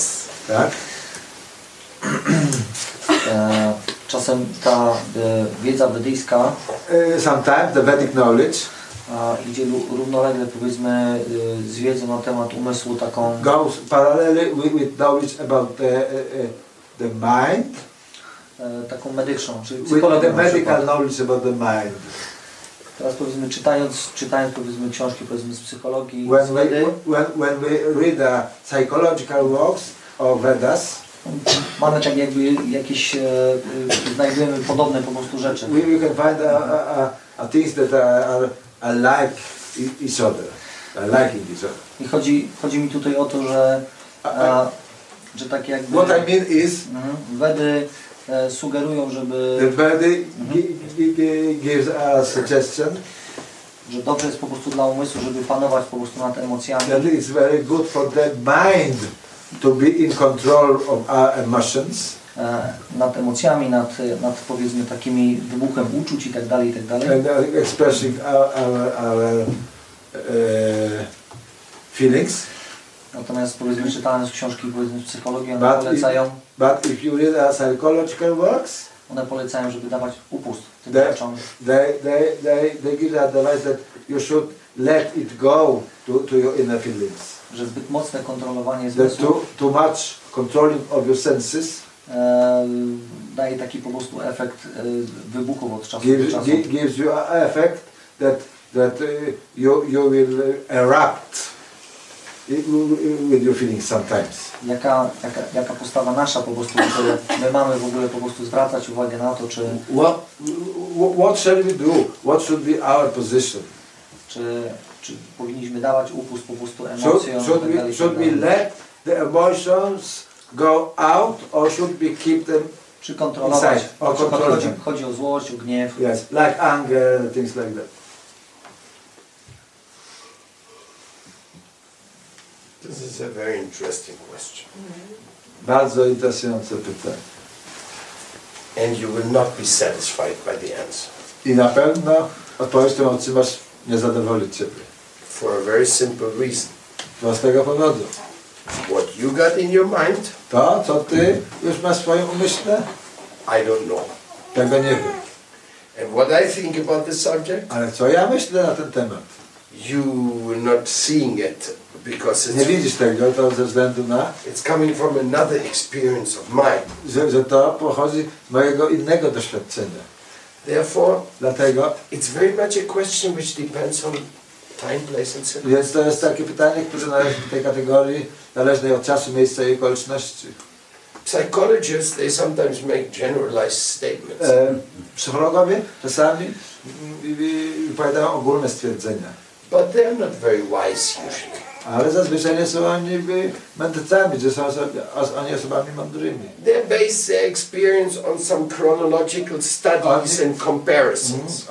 Tak? Czasem ta wiedza wedyjska Sometimes the Vedic knowledge idzie równolegle, powiedzmy, z wiedzą na temat umysłu, taką goes parallelly with knowledge about the mind, taką medyczną, czyli with psychologią the na medical przykład. knowledge about the mind. Teraz powiedzmy, czytając powiedzmy książki powiedzmy z psychologii, When z Vedy, we read the psychological works of Vedas, mamy tak jakby jakieś, znajdujemy podobne po prostu rzeczy. we can find things that are like each other, liking each other. I chodzi mi tutaj o to, że tak jakby What I mean is Vedy sugerują, żeby the Vedic gives a suggestion że dobrze jest po prostu dla umysłu, żeby panować po prostu nad emocjami. that it's very good for the mind to be in control of our emotions. Nad emocjami, nad powiedzmy takimi wybuchem uczuć i tak dalej, i tak dalej. And expressing our feelings. Natomiast powiedzmy czytając książki powiedzmy z psychologii, one polecają, But if you read psychological works, one polecają, żeby dawać upust tym they rzeczom. give the advice that you should let it go to your inner feelings. Że zbyt mocne kontrolowanie That zmysłów too much controlling of your senses daje taki po prostu efekt wybuchów od czasu do czasu. gives you an effect that you will erupt with your feelings sometimes. Jaka postawa nasza po prostu, że my mamy w ogóle po prostu zwracać uwagę na to, czy What shall we do? What should be our position? czy powinniśmy dawać upust po prostu emocjom. Should we let the emotions go out, or should we keep them czy kontrolować? inside? Na przykład chodzi o złość, o gniew. Yes, like anger, things like that. This is a very interesting question. Bardzo interesujące pytanie. And you will not be satisfied by the answer. I na pewno odpowiedź, którą otrzymasz, nie zadowoli Ciebie. For a very simple reason. Z prostego powodu. What you got in your mind, To, co Ty już masz w swoim umyśle, I don't know. tego nie wiem. And what I think about this subject, Ale co ja myślę na ten temat? you are not seeing it because Nie widzisz tego, to ze względu na, it's coming from another experience of mine. że to pochodzi z mojego innego doświadczenia. Therefore, Dlatego, it's very much a question which depends on time, place and circumstance. więc to jest takie pytanie, które należy do tej kategorii zależnej od czasu, miejsca i okoliczności. Psychologists, they sometimes make generalized statements. Psychologowie czasami wypowiadają ogólne stwierdzenia, But they're not very wise usually. ale zazwyczaj nie są oni mędrcami, że są oni osobami mądrymi. They base their experience on some chronological studies and comparisons.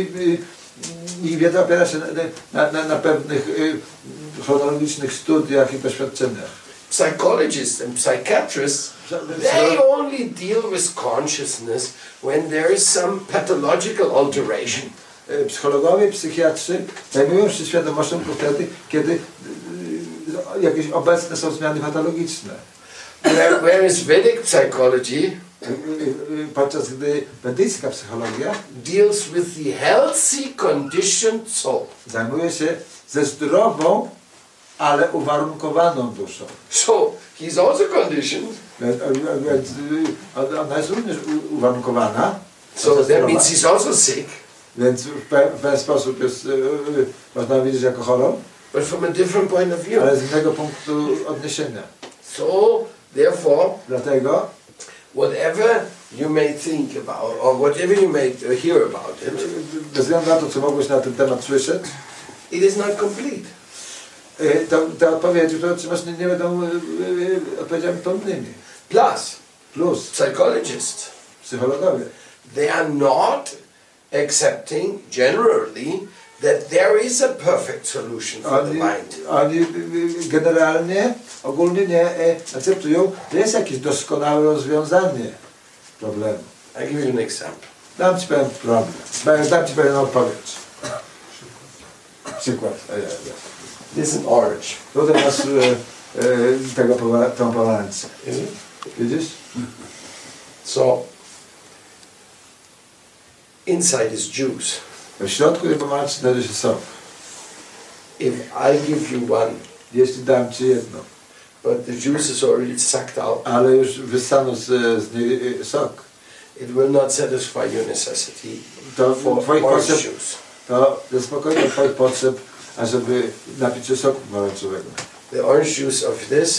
Ich wiedza opiera się na pewnych chronologicznych studiach i doświadczeniach. Psychologists and psychiatrists, they only deal with consciousness when there is some pathological alteration. Psychologowie, psychiatrzy zajmują się świadomością wtedy, kiedy jakieś obecne są zmiany patologiczne. Whereas Vedic psychology Podczas gdy wedyjska psychologia deals with the healthy conditioned soul. zajmuje się ze zdrową, ale uwarunkowaną duszą. So he's also conditioned. Więc ona jest również uwarunkowana. So that means he's also sick. Więc w pewien sposób jest, można powiedzieć, jako chorą, but from a different point of view. ale z innego punktu odniesienia. So therefore, Dlatego whatever you may think about, or whatever you may hear about it, bez względu na to, co mogłeś na ten temat słyszeć, it is not complete. Te odpowiedzi, które otrzymasz, nie będą odpowiedziami pełnymi. Plus, psychologists, psychologowie, they are not accepting generally that there is a perfect solution for the mind. Oni generalnie, ogólnie nie akceptują, że jest jakieś doskonałe rozwiązanie problemu. I give you an example. Dam Ci pewien problem, dam Ci pewien odpowiedź. Przykład. This is an orange. Tutaj masz tą pomarańczę. Widzisz? So, inside is juice. W środku tej pomarańczy znajduje się sok. If I give you one, Jeśli dam ci jedno, but the juice is already sucked out, ale już wyssano z niej sok, it will not satisfy your necessity to for twoich orange potrzeb, juice. to zaspokoi twoich potrzeb, ażeby napić się soku pomarańczowego. The orange juice of this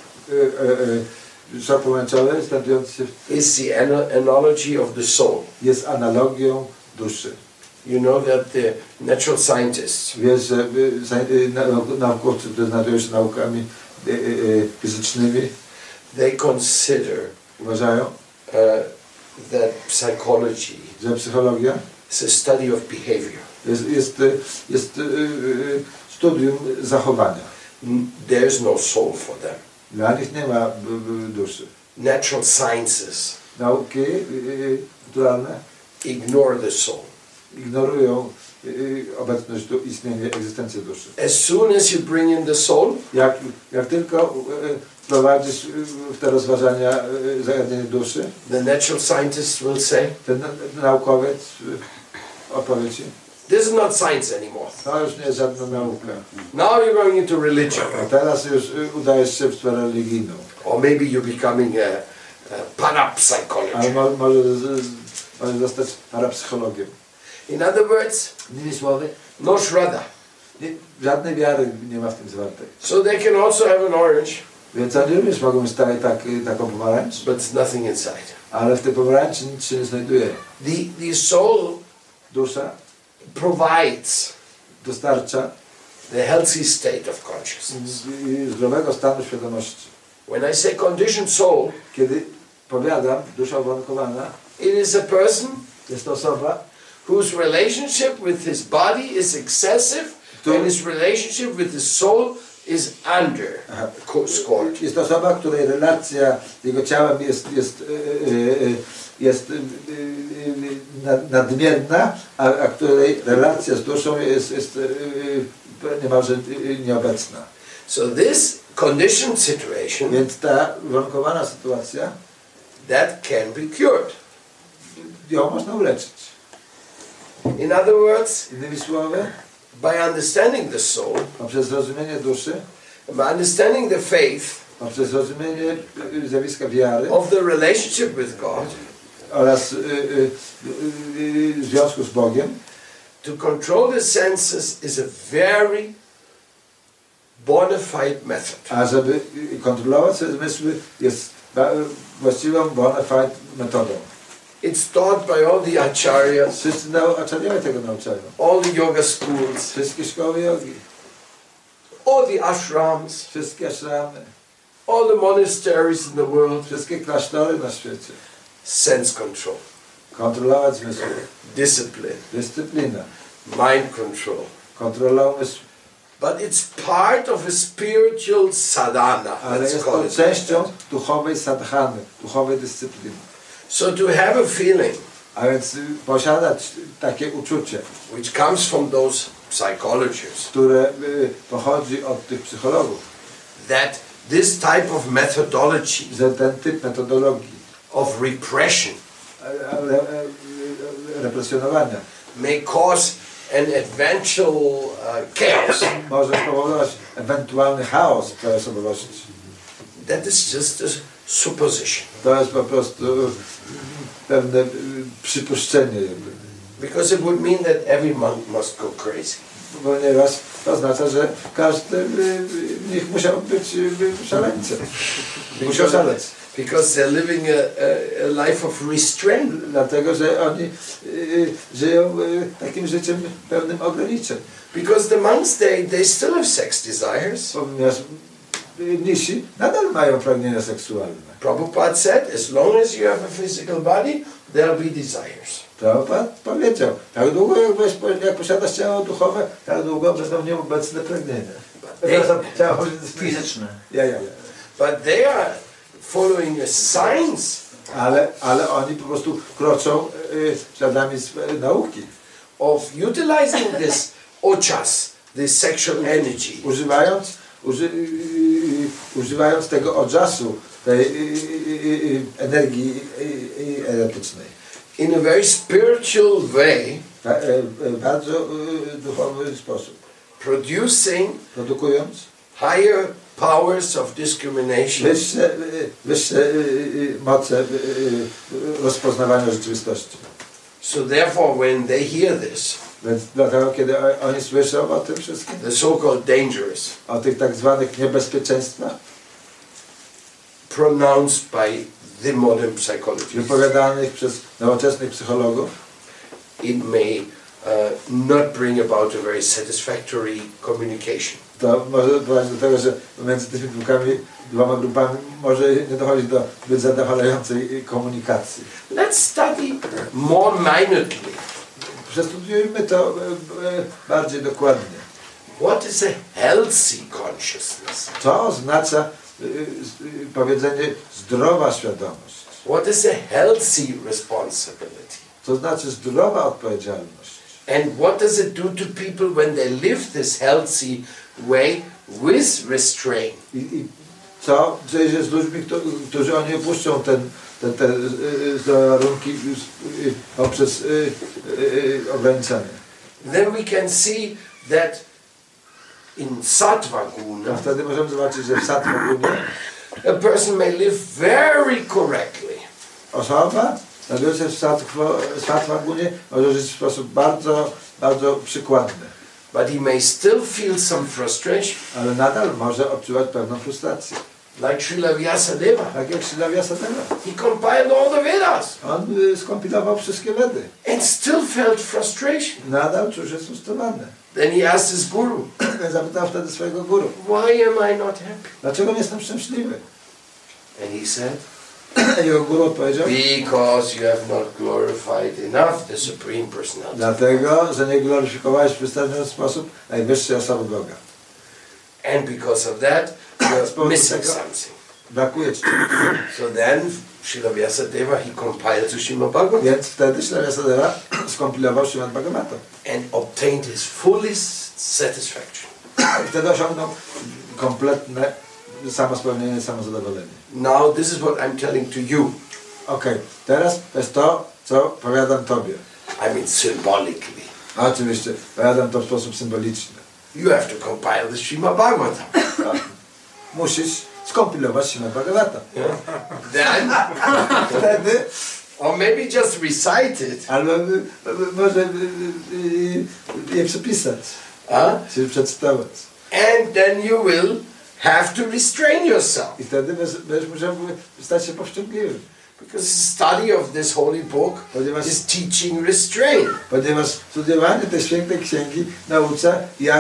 Sok pomarańczowy znajdujący is the analogy of the soul. jest analogią duszy. You know that the natural scientists, Wiesz, że naukowcy, którzy znajdują się naukami fizycznymi, they consider uważają, that psychology że psychologia is a study of behavior. jest studium zachowania. There's no soul for them. Dla nich nie ma duszy. Natural sciences Nauki naturalne ignore the soul. ignorują obecność, istnienie, egzystencję duszy. As soon as you bring in the soul, Jak tylko wprowadzisz w te rozważania zagadnienie duszy, the natural scientist will say, ten naukowiec odpowie ci, this is not science anymore. to już nie jest żadna nauka. Now you're going into religion. A teraz już udajesz się w stronę religijną. Or maybe you're becoming a Ale parapsychologist. może zostać parapsychologiem. In other words, Innymi słowy, no shraddha. żadnej wiary nie ma w tym zwartej. So they can also have an orange, Więc oni również mogą mieć taką pomarańcz, but there's nothing inside. ale w tej pomarańczy nic się nie znajduje. The soul Dusza provides dostarcza the healthy state of consciousness. zdrowego stanu świadomości. When I say conditioned soul, Kiedy powiadam, dusza uwarunkowana, it is a person jest to osoba, whose relationship with his body is excessive and his relationship with his soul is underscored. jest to osoba, której relacja z jego ciałem jest nadmierna, a której relacja z duszą jest niemalże nieobecna. So this conditioned situation, Więc ta uwarunkowana sytuacja, that can be cured. ją można uleczyć. In other words, Innymi słowy, by understanding the soul, poprzez zrozumienie duszy, by understanding the faith poprzez zrozumienie zjawiska wiary of the relationship with God, oraz związku z Bogiem, to control the senses is a very bona fide method. a żeby kontrolować swoje zmysły jest właściwą bona fide metodą. It's taught by all the acharyas, Wszyscy acharyowie tego nauczają. all the yoga schools, Wszystkie szkoły jogi, all the ashrams, wszystkie ashramy, all the monasteries in the world. wszystkie klasztory na świecie. Sense control, Kontrolować zmysły, discipline, dyscyplina, mind control. kontrola umysłu. But it's part of a spiritual sadhana. Ale Let's jest call to it częścią like that. duchowej sadhany, duchowej dyscypliny. So to have a feeling A więc posiadać takie uczucie, which comes from those psychologists, które pochodzi od tych psychologów, that this type of methodology że ten typ metodologii of repression represjonowania may cause an eventual chaos, może spowodować ewentualny chaos w tej osobowości. that is just a supposition. To jest po prostu pewne przypuszczenie, Because it would mean that every monk must go crazy. ponieważ to oznacza, że każdy z nich musiał być szaleńcem. Musiał szaleć. Because they're living a life of restraint. Dlatego, że oni żyją takim życiem pełnym ograniczeń. Because the monks, they still have sex desires. Ponieważ mnisi nadal mają pragnienia seksualne. Prabhupada said, as long as you have a physical body, there'll be desires. Prabhupada powiedział, tak długo jak posiadasz ciało duchowe, tak długo będą nieobecne pragnienia. Ciało Fizyczne. Ja. But they are following a science Ale oni po prostu kroczą śladami nauki. of utilizing this ojas, this sexual energy, używając tego odczasu, tej energii erotycznej. In a very spiritual way, Bardzo duchowy sposób. Produkując higher powers of discrimination. wyższe moce rozpoznawania rzeczywistości. So therefore, when they hear this, Więc dlatego, kiedy oni słyszą o tym wszystkim, the so-called dangerous, o tych tak zwanych niebezpieczeństwach, pronounced by the modern psychologists, wypowiadanych przez nowoczesnych psychologów, it may not bring about a very satisfactory communication. to może doprowadzić do tego, że między tymi dwoma grupami może nie dochodzić do zbyt zadowalającej komunikacji. Let's study more minutely. Przestudiujmy to bardziej dokładnie. What is a healthy consciousness? Co oznacza powiedzenie zdrowa świadomość? What is a healthy responsibility? To znaczy zdrowa odpowiedzialność. And what does it do to people when they live this healthy way with restraint? I co dzieje się z ludźmi, którzy oni opuszczą te zdrowe warunki poprzez ograniczenie? Then we can see that in Sattva A Guna, wtedy możemy zobaczyć, że w sattva gunie a person may live very correctly, osoba znajdująca się w sattva gunie może żyć w sposób bardzo, bardzo przykładny. but he may still feel some frustration, Ale nadal może odczuwać pewną frustrację. like Srila Vyasadeva. Tak jak Srila Vyasadeva. He compiled all the Vedas On skompilował wszystkie Wedy. and still felt frustration. Nadal czuł się sfrustrowany. Then he asked his guru, Zapytał wtedy swojego guru, why am I not happy? dlaczego nie jestem szczęśliwy? And he said, Jego guru odpowiedział, because you have not glorified enough the Supreme Personality. dlatego, że nie gloryfikowałeś w wystarczający sposób najwyższej osoby Boga. And because of that, you're missing something. Brakuje ci. So then, Srila Vyasadeva, he compiled to Srimad Bhagavatam Więc wtedy Srila Vyasadeva skompilował Śrimad Bhagavatam. and obtained his fullest satisfaction. I wtedy osiągnął kompletne samospełnienie, samozadowolenie. Now, this is what I'm telling to you. Okej, teraz to jest to, co powiadam Tobie. I mean, symbolically. A oczywiście, powiadam to w sposób symboliczny. You have to compile the Srimad Bhagavatam. Musisz skompilować Śrimad Bhagavatam. Yeah. Then, Wtedy, or maybe just recite it. albo może je przepisać, czy przeczytać. And then you will have to restrain yourself. I wtedy będziesz musiał stać się powściągliwym. Because the study of this holy book is teaching restraint. Ponieważ studiowanie tej świętej księgi naucza,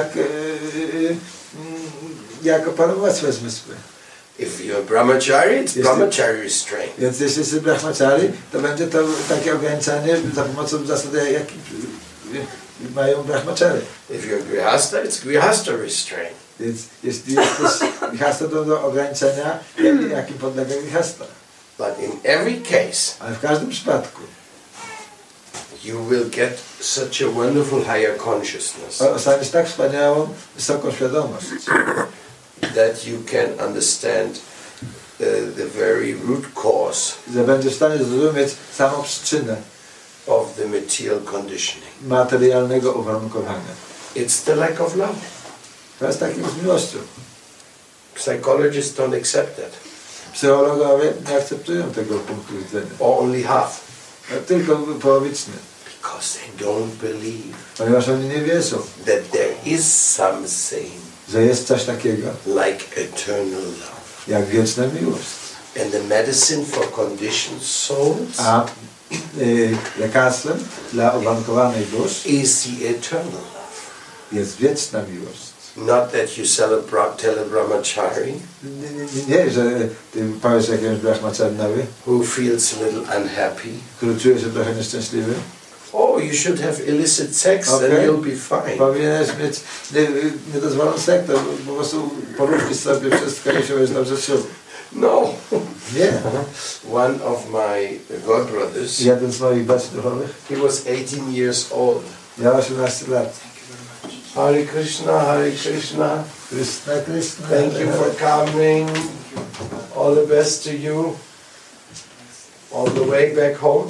jak opanować swoje zmysły. If you're brahmachari, it's brahmachari restraint. Więc jeśli jesteś brahmachari, to będzie to takie ograniczenie za pomocą zasady, jakie mają brahmachary. If you're grihasta, it's grihasta restraint. Więc jeśli jesteś grihasta, to do ograniczenia, jakim podlega grihasta. But in every case, Ale w każdym przypadku you will get such a wonderful higher consciousness ostaniesz tak wspaniałą, wysoką świadomość, that you can understand the very root cause że będziesz w stanie zrozumieć samą przyczynę of the material conditioning. materialnego uwarunkowania. It's the lack of love. To jest takim z miłością. Psychologists don't accept that, Psychologowie nie akceptują tego punktu widzenia. or only half, Tylko połowiczny. because they don't believe Ponieważ oni nie wierzą, that there is something że jest coś takiego like eternal love. jak wieczna miłość. And the medicine for conditioned souls A lekarstwem dla uwarunkowanej dusz is the eternal love. jest wieczna miłość. Not that you tell a brahmachari Nie, że ty powiesz jakiemuś brahmacharnowi, who feels a little unhappy, który czuje się trochę nieszczęśliwy, oh, you should have illicit sex, then Okay. you'll be fine. powinieneś mieć niedozwoloną sektę, po prostu poróżnić sobie wszystko i się będziesz dobrze czuł. No. Nie. One of my godbrothers, Jeden z moich braci duchowych he was 18 years old. miał 18 lat. Hare Krishna, Hare Krishna, Krishna, Krishna. Thank you for coming. All the best to you. All the way back home.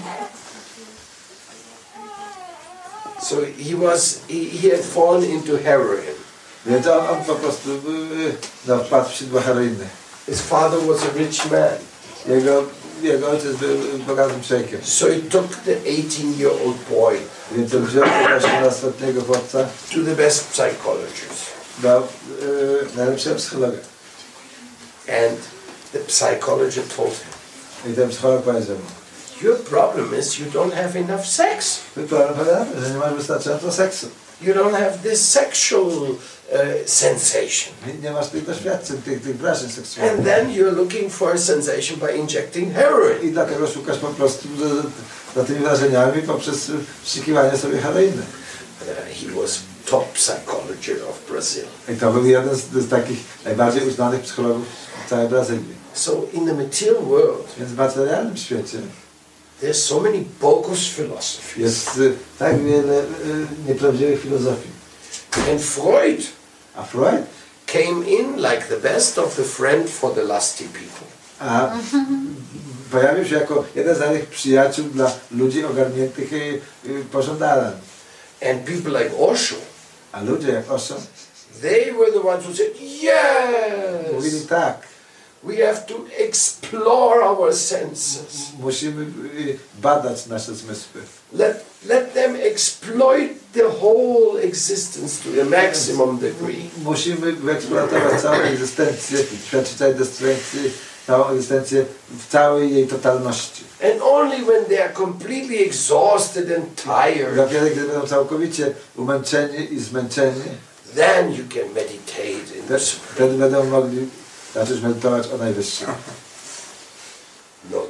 So he had fallen into heroin. Więc on po prostu wpadł w sidła heroiny. His father was a rich man. Jego ojciec był bogatym człowiekiem. So he took the 18-year-old boy Więc on wziął tego 18-letniego chłopca to the best psychologist. do najlepszego psychologa. And the psychologist told him, I ten psycholog powiedział mu, your problem is you don't have enough sex. problem polega, że nie masz wystarczająco seksu. You don't have this sexual sensation. Nie masz tych doświadczeń, tych wrażeń seksualnych. And then you're looking for a sensation by injecting heroin. I dlatego szukasz po prostu za tymi wrażeniami poprzez wstrzykiwanie sobie heroiny. He was top psychologist of Brazil. I to był jeden z takich najbardziej uznanych psychologów w całej Brazylii. So in the material world, Więc w materialnym świecie there's so many bogus philosophies. jest tak wiele nieprawdziwych filozofii. And Freud A Freud? came in like the best of the friend for the lusty people. A pojawił się jako jeden z najlepszych przyjaciół dla ludzi ogarniętych pożądaniem. And people like Osho, A ludzie jak Osho they were the ones who said, mówili yes, tak, we have to explore our senses. musimy badać nasze zmysły. Let them exploit the whole existence to the maximum degree. Musimy wyeksploatować całą egzystencję, świadczyć całej destrukcji, całą egzystencję w całej jej totalności. And only when they are completely exhausted and tired, Dopiero gdy będą całkowicie umęczeni i zmęczeni, then you can meditate in the supreme. wtedy będą mogli zacząć medytować o Najwyższym. Not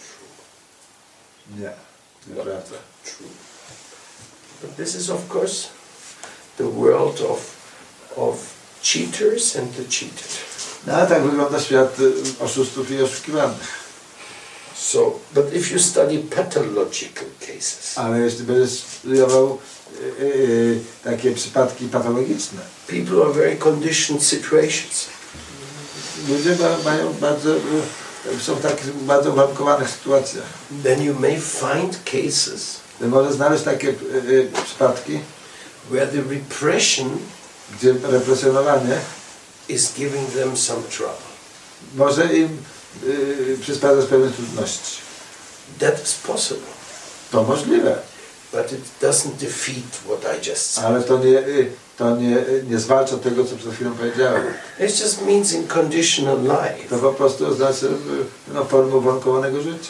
Nie, nieprawda. true. But this is of course the world of cheaters and the cheated. No a tak wygląda świat oszustów i oszukiwanych. So, but if you study pathological cases, Ale jeśli będziesz studiował takie przypadki patologiczne, people are very conditioned situations. ludzie mają bardzo, są w takich bardzo uwarunkowanych sytuacjach. Then you may find cases Może znaleźć takie przypadki, where the repression gdzie represjonowanie is giving them some trouble. może im przysparzać pewne trudności. That is possible, To możliwe, but it doesn't defeat what I just said. ale to nie zwalcza tego, co przed chwilą powiedziałem. It just means in conditional life. To po prostu oznacza formę uwarunkowanego życia.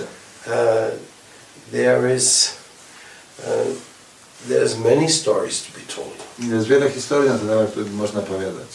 There's many stories to be told. Jest wiele historii na ten temat, które można opowiadać.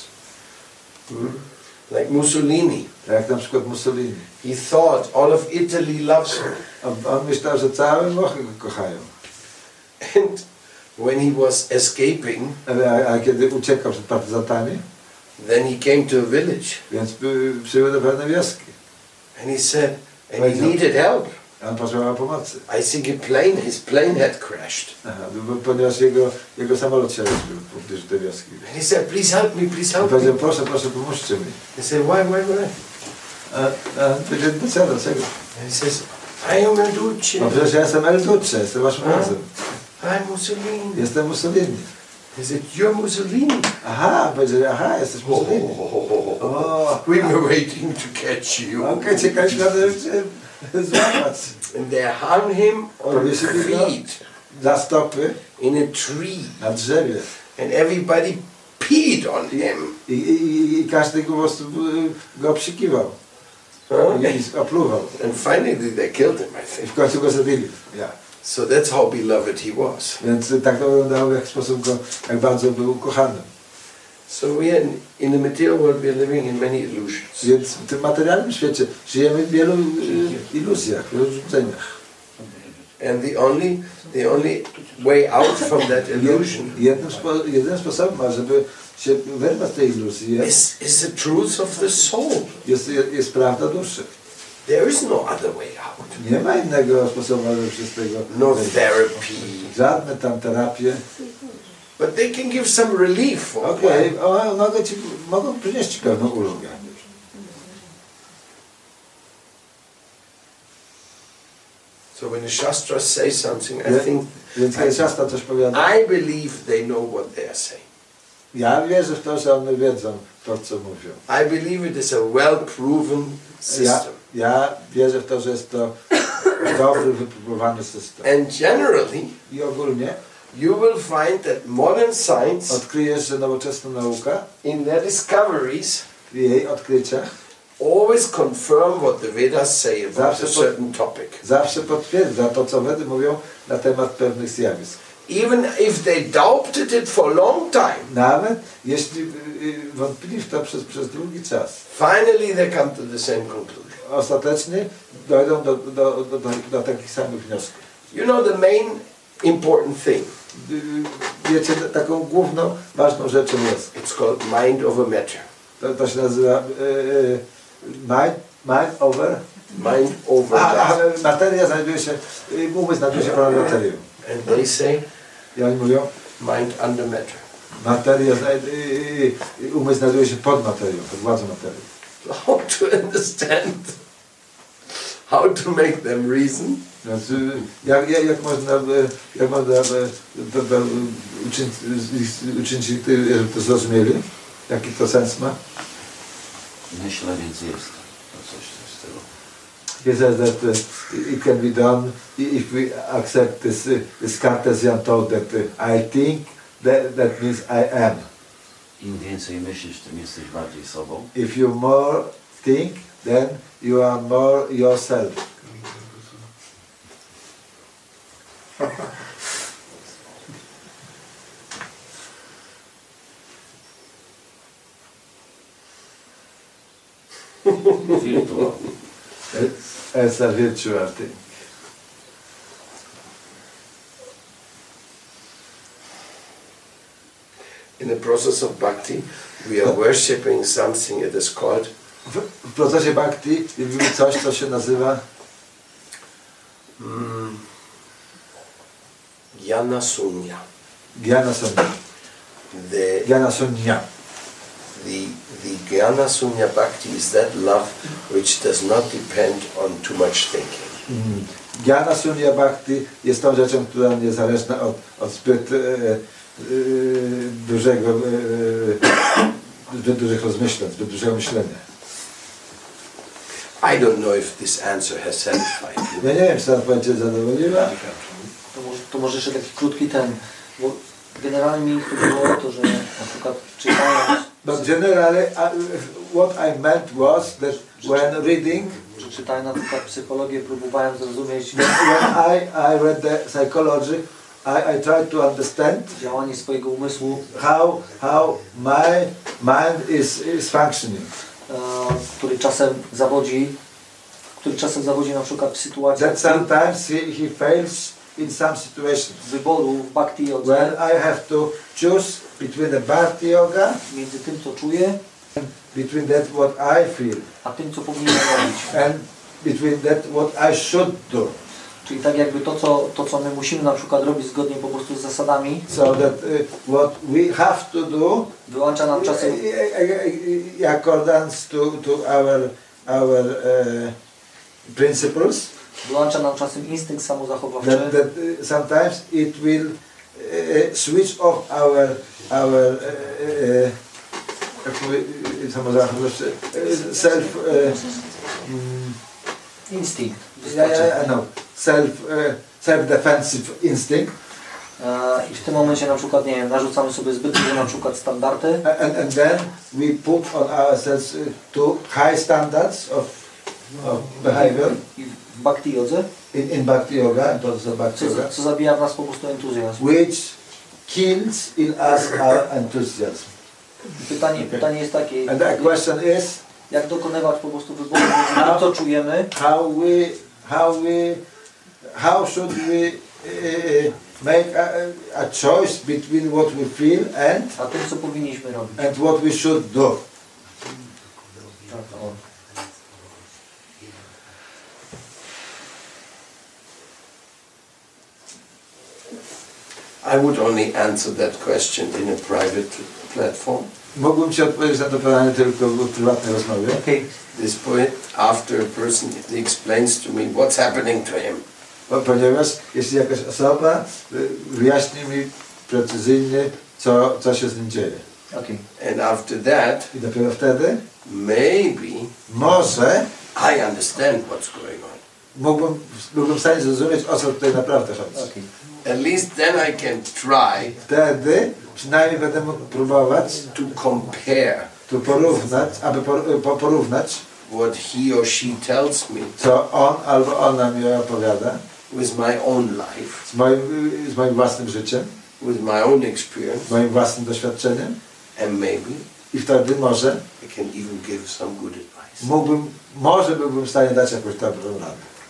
Like Mussolini. Tak jak na przykład Mussolini. He thought all of Italy loves him. On myślał, że całe Włochy go kochają. And when he was escaping, A kiedy uciekał przed partyzantami, then he came to a village. więc przybył do pewnej wioski. And he said, and he needed help. On potrzebował pomocy. I think his plane had crashed. Aha, ponieważ jego samolot się rozbił w pobliżu tej wioski. And he said, please help me, please On help powiedział, me. proszę, pomóżcie mi. He said, why? Powiedział, dlaczego? And he says, I am El Duce. No przecież ja jestem El Duce, jestem waszym razem. I'm Mussolini. Jestem Mussolini. He said, you're Mussolini. Aha, powiedział, jesteś Mussolini. We were waiting to catch you. Okej, czekaliśmy na to, żeby cię złapać. And they hung him on his Powiesili go feet za stopy in a tree. na drzewie. And everybody peed on him. I każdy go po prostu go obsikiwał. I opluwał. And finally they killed him, I I think. w końcu go zabili. So that's how beloved he was. Więc tak to wyglądało, w jaki sposób jak bardzo był kochany. So we are in the material world we are living in many illusions. Więc w tym materialnym świecie żyjemy w wielu iluzjach, w wielu złudzeniach. And the only way out from that illusion Jedynym sposobem, żeby się wyrwać z tej iluzji is the truth of the soul. jest prawda duszy. There is no other way out. Nie ma innego sposobu, żeby się z tego No wyrwać. therapy, Żadne tam terapie, but they can give some relief for a Okej, while. mogą przynieść ci pewną ulgę. So when the Shastras say something, I Yeah. think, Więc kiedy Szastra coś powiada, I believe they know what they are saying. ja wierzę w to, że one wiedzą to, co mówią. I believe it is a well-proven system. Ja wierzę w to, że jest to dobry, wypróbowany system. And generally, I ogólnie you will find that modern science, odkryjesz, że nowoczesna nauka in their discoveries, w jej odkryciach always confirm what the Vedas say about Zawsze a certain topic. zawsze potwierdza to, co Wedy mówią na temat pewnych zjawisk. Even if they doubted it for a long time, Nawet jeśli wątpili w to przez długi czas, finally they come to the same conclusion. ostatecznie dojdą do takich samych wniosków. You know the main important thing, Wiecie, taką główną, ważną rzeczą jest, it's called mind over matter. to się nazywa mind over, Mind over matter. materia znajduje się, umysł znajduje się ponad materią. And they say I oni mówią, mind under matter. materia, umysł znajduje się pod materią, pod władzą materii. How to understand, how to make them reason, Znaczy, jak można uczynić, żeby to zrozumieli? Jaki to sens ma? Myślę, więc jest to coś z tego. He says that it can be done if we accept this Cartesian thought that I think, that means I am. Im więcej myślisz, tym jesteś bardziej sobą. If you more think, then you are more yourself. Wirtual. As a virtual thing. in the process of bhakti, we are worshipping something that is called W procesie bhakti robimy coś, co się nazywa Jnana Sunya. Jnana Sunya. The Jnana Sunya. Jnana Sunya Bhakti is that love which does not depend on too much thinking. Jnana Sunya Bhakti jest tą rzeczą, która nie zależna od zbyt dużych rozmyśleń, zbyt dużego myślenia. I don't know if this answer has satisfied you. Ja nie wiem, czy ta odpowiedź Cię zadowoliła. To może jeszcze taki krótki ten, bo generalnie mi chodziło o to, że na przykład czytając, But generally, what I meant was that when reading, że czytając na przykład psychologię, próbowałem zrozumieć when I read the psychology, I tried to understand działanie swojego umysłu, how my mind is functioning. który czasem zawodzi na przykład w sytuacjach That sometimes he fails in some situations. wyboru w bhakti When jodze I have to choose between the bhakti yoga, między tym, co czuję, between that what I feel, a tym, co powinienem robić. and between that what I should do. Czyli tak jakby to, co my musimy na przykład robić zgodnie po prostu z zasadami, So that what we have to do wyłącza nam czasem in accordance to our principles, wyłącza nam czasem instynkt samozachowawczy, that sometimes it will switch off our self instynkt. Self-defensive instinct, I w tym momencie na przykład, nie wiem, narzucamy sobie zbyt duże na przykład standardy and then we put on ourselves too high standards of behavior i w bhakti jodze, in bhakti yoga, bhakti yoga, co zabija w nas po prostu entuzjazm. which kills in us our enthusiasm. Pytanie jest takie, And the question is jak dokonywać po prostu wyboru między tym, co czujemy, how should we make a choice between what we feel a tym, co powinniśmy robić. and what we should do. I would only answer that question in a private platform. Mógłbym Ci odpowiedzieć na to pytanie tylko w prywatnej rozmowie. Okay. This point, after a person explains to me what's happening to him. Ponieważ jeśli jakaś osoba wyjaśni mi precyzyjnie, co się z nim dzieje. Okay. And after that, I dopiero wtedy może I understand what's going on. mógłbym w stanie zrozumieć, o co tutaj naprawdę chodzi. Okay. At least then I can try Wtedy przynajmniej będę mógł próbować to compare porównać, what he or she tells me co on albo ona mi opowiada with my own life, z moim własnym życiem, with my own experience, moim własnym doświadczeniem and maybe i wtedy może I can even give some good advice. byłbym w stanie dać jakąś dobrą radę.